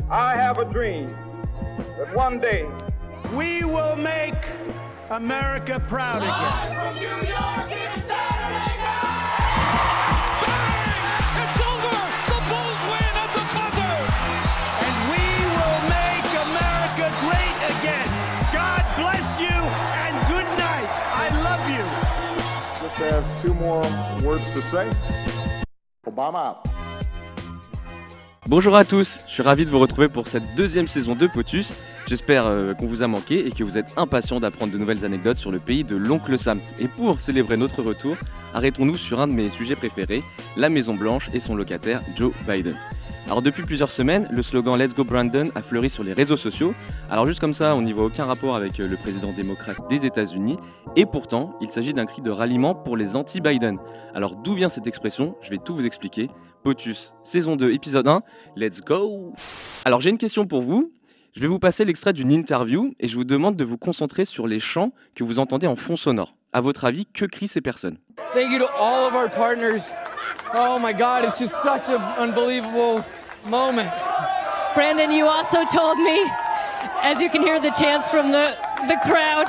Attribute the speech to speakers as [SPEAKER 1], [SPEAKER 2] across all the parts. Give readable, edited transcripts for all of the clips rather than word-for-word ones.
[SPEAKER 1] I have a dream that one day
[SPEAKER 2] we will make America proud again.
[SPEAKER 3] Live from New York, it's Saturday night! Bang! It's over! The Bulls win at the buzzer!
[SPEAKER 2] And we will make America great again. God bless you and good night. I love you.
[SPEAKER 4] Just have two more words to say. Obama out.
[SPEAKER 5] Bonjour à tous, je suis ravi de vous retrouver pour cette deuxième saison de POTUS. J'espère qu'on vous a manqué et que vous êtes impatients d'apprendre de nouvelles anecdotes sur le pays de l'oncle Sam. Et pour célébrer notre retour, arrêtons-nous sur un de mes sujets préférés, la Maison Blanche et son locataire Joe Biden. Alors depuis plusieurs semaines, le slogan Let's Go Brandon a fleuri sur les réseaux sociaux. Alors juste comme ça, on n'y voit aucun rapport avec le président démocrate des États-Unis. Et pourtant, il s'agit d'un cri de ralliement pour les anti-Biden. Alors d'où vient cette expression ? Je vais tout vous expliquer. POTUS, saison 2, épisode 1, let's go ! Alors j'ai une question pour vous. Je vais vous passer l'extrait d'une interview et je vous demande de vous concentrer sur les chants que vous entendez en fond sonore. À votre avis, que crient ces personnes ?
[SPEAKER 6] Thank you to all of our partners. Oh my God, it's just such an unbelievable moment.
[SPEAKER 7] Brandon, you also told me, as you can hear the chants from the crowd,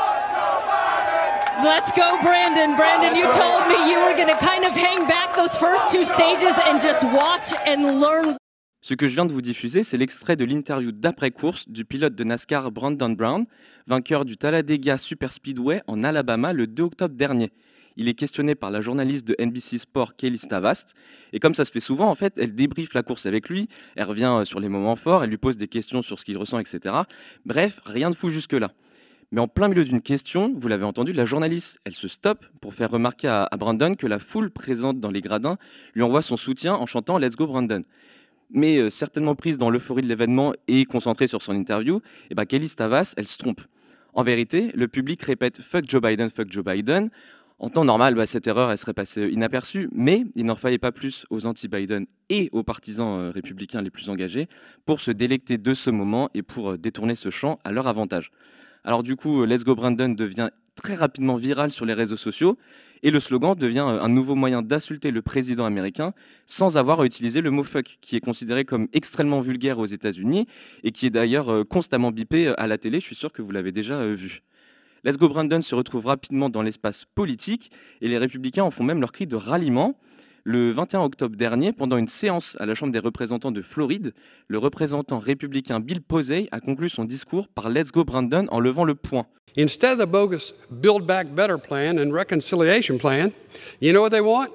[SPEAKER 7] let's go Brandon. Brandon, you told me you were going to kind of hang back those first two stages and just watch and learn.
[SPEAKER 5] Ce que je viens de vous diffuser, c'est l'extrait de l'interview d'après-course du pilote de NASCAR Brandon Brown, vainqueur du Talladega Super Speedway en Alabama le 2 octobre dernier. Il est questionné par la journaliste de NBC Sport Kelly Stavast, et comme ça se fait souvent, en fait, elle débriefe la course avec lui, elle revient sur les moments forts, elle lui pose des questions sur ce qu'il ressent, etc. Bref, rien de fou jusque-là. Mais en plein milieu d'une question, vous l'avez entendu, la journaliste, elle se stoppe pour faire remarquer à Brandon que la foule présente dans les gradins lui envoie son soutien en chantant « Let's go Brandon ». Mais certainement prise dans l'euphorie de l'événement et concentrée sur son interview, Kelly Stavast, elle se trompe. En vérité, le public répète « Fuck Joe Biden, fuck Joe Biden ». En temps normal, cette erreur, elle serait passée inaperçue, mais il n'en fallait pas plus aux anti-Biden et aux partisans républicains les plus engagés pour se délecter de ce moment et pour détourner ce chant à leur avantage. Alors du coup, Let's Go Brandon devient très rapidement viral sur les réseaux sociaux et le slogan devient un nouveau moyen d'insulter le président américain sans avoir à utiliser le mot fuck, qui est considéré comme extrêmement vulgaire aux États-Unis et qui est d'ailleurs constamment bipé à la télé. Je suis sûr que vous l'avez déjà vu. Let's Go Brandon se retrouve rapidement dans l'espace politique et les républicains en font même leur cri de ralliement. Le 21 octobre dernier, pendant une séance à la Chambre des représentants de Floride, le représentant républicain Bill Posey a conclu son discours par Let's Go Brandon en levant le poing.
[SPEAKER 8] Instead of the bogus Build Back Better plan and reconciliation plan, you know what they want?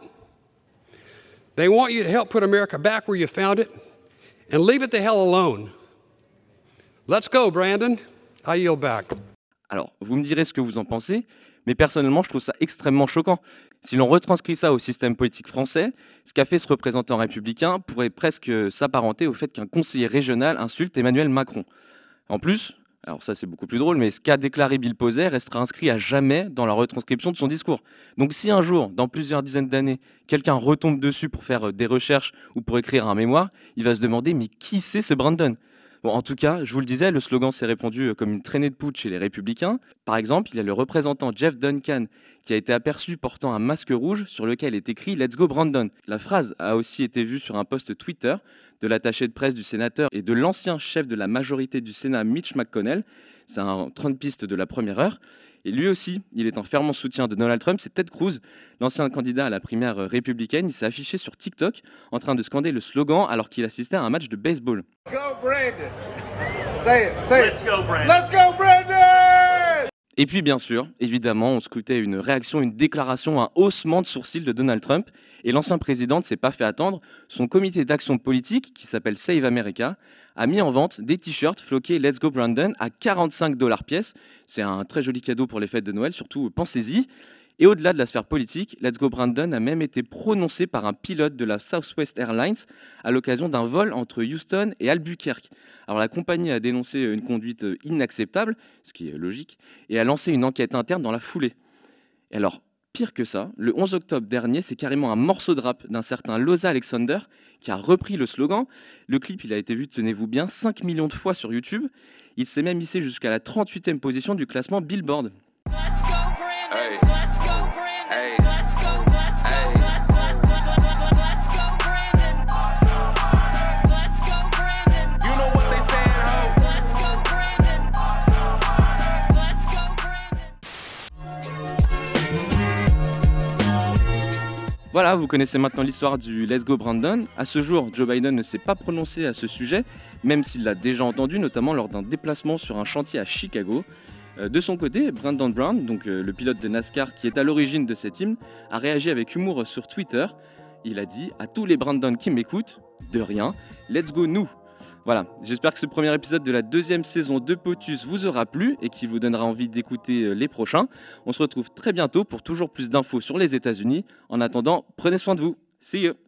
[SPEAKER 8] They want you to help put America back where you found it and leave it the hell alone. Let's go, Brandon. I yield back.
[SPEAKER 5] Alors, vous me direz ce que vous en pensez, mais personnellement, je trouve ça extrêmement choquant. Si l'on retranscrit ça au système politique français, ce qu'a fait ce représentant républicain pourrait presque s'apparenter au fait qu'un conseiller régional insulte Emmanuel Macron. En plus, alors ça c'est beaucoup plus drôle, mais ce qu'a déclaré Bill Posey restera inscrit à jamais dans la retranscription de son discours. Donc si un jour, dans plusieurs dizaines d'années, quelqu'un retombe dessus pour faire des recherches ou pour écrire un mémoire, il va se demander « mais qui c'est ce Brandon ?» Bon, en tout cas, je vous le disais, le slogan s'est répandu comme une traînée de poudre chez les républicains. Par exemple, il y a le représentant Jeff Duncan qui a été aperçu portant un masque rouge sur lequel est écrit « Let's go Brandon ». La phrase a aussi été vue sur un post Twitter de l'attaché de presse du sénateur et de l'ancien chef de la majorité du Sénat, Mitch McConnell. C'est un 30 pistes de la première heure. Et lui aussi, il est en fervent soutien de Donald Trump. C'est Ted Cruz, l'ancien candidat à la primaire républicaine. Il s'est affiché sur TikTok en train de scander le slogan alors qu'il assistait à un match de baseball.
[SPEAKER 4] Go Brandon. Say it.
[SPEAKER 3] Let's go, Brandon.
[SPEAKER 4] Let's go Brandon.
[SPEAKER 5] Et puis bien sûr, évidemment, on scrutait une réaction, une déclaration, un haussement de sourcils de Donald Trump. Et l'ancien président ne s'est pas fait attendre. Son comité d'action politique, qui s'appelle Save America, a mis en vente des t-shirts floqués Let's Go Brandon à $45 pièce. C'est un très joli cadeau pour les fêtes de Noël, surtout pensez-y. Et au-delà de la sphère politique, Let's Go Brandon a même été prononcé par un pilote de la Southwest Airlines à l'occasion d'un vol entre Houston et Albuquerque. Alors la compagnie a dénoncé une conduite inacceptable, ce qui est logique, et a lancé une enquête interne dans la foulée. Et alors, pire que ça, le 11 octobre dernier, c'est carrément un morceau de rap d'un certain Loza Alexander qui a repris le slogan. Le clip, il a été vu, tenez-vous bien, 5 millions de fois sur YouTube. Il s'est même hissé jusqu'à la 38e position du classement Billboard.
[SPEAKER 7] Let's go Brandon.
[SPEAKER 3] Hey.
[SPEAKER 7] Let's go Brandon.
[SPEAKER 3] Hey.
[SPEAKER 7] Let's go. Let's go.
[SPEAKER 3] Hey.
[SPEAKER 7] Let's go Brandon. Let's go Brandon.
[SPEAKER 3] You know what
[SPEAKER 5] Voilà, vous connaissez maintenant l'histoire du Let's Go Brandon. À ce jour, Joe Biden ne s'est pas prononcé à ce sujet, même s'il l'a déjà entendu, notamment lors d'un déplacement sur un chantier à Chicago. De son côté, Brandon Brown, donc le pilote de NASCAR qui est à l'origine de cet hymne, a réagi avec humour sur Twitter. Il a dit « À tous les Brandon qui m'écoutent, de rien, let's go nous !» Voilà, j'espère que ce premier épisode de la 2e saison de POTUS vous aura plu et qui vous donnera envie d'écouter les prochains. On se retrouve très bientôt pour toujours plus d'infos sur les États-Unis. En attendant, prenez soin de vous. See you!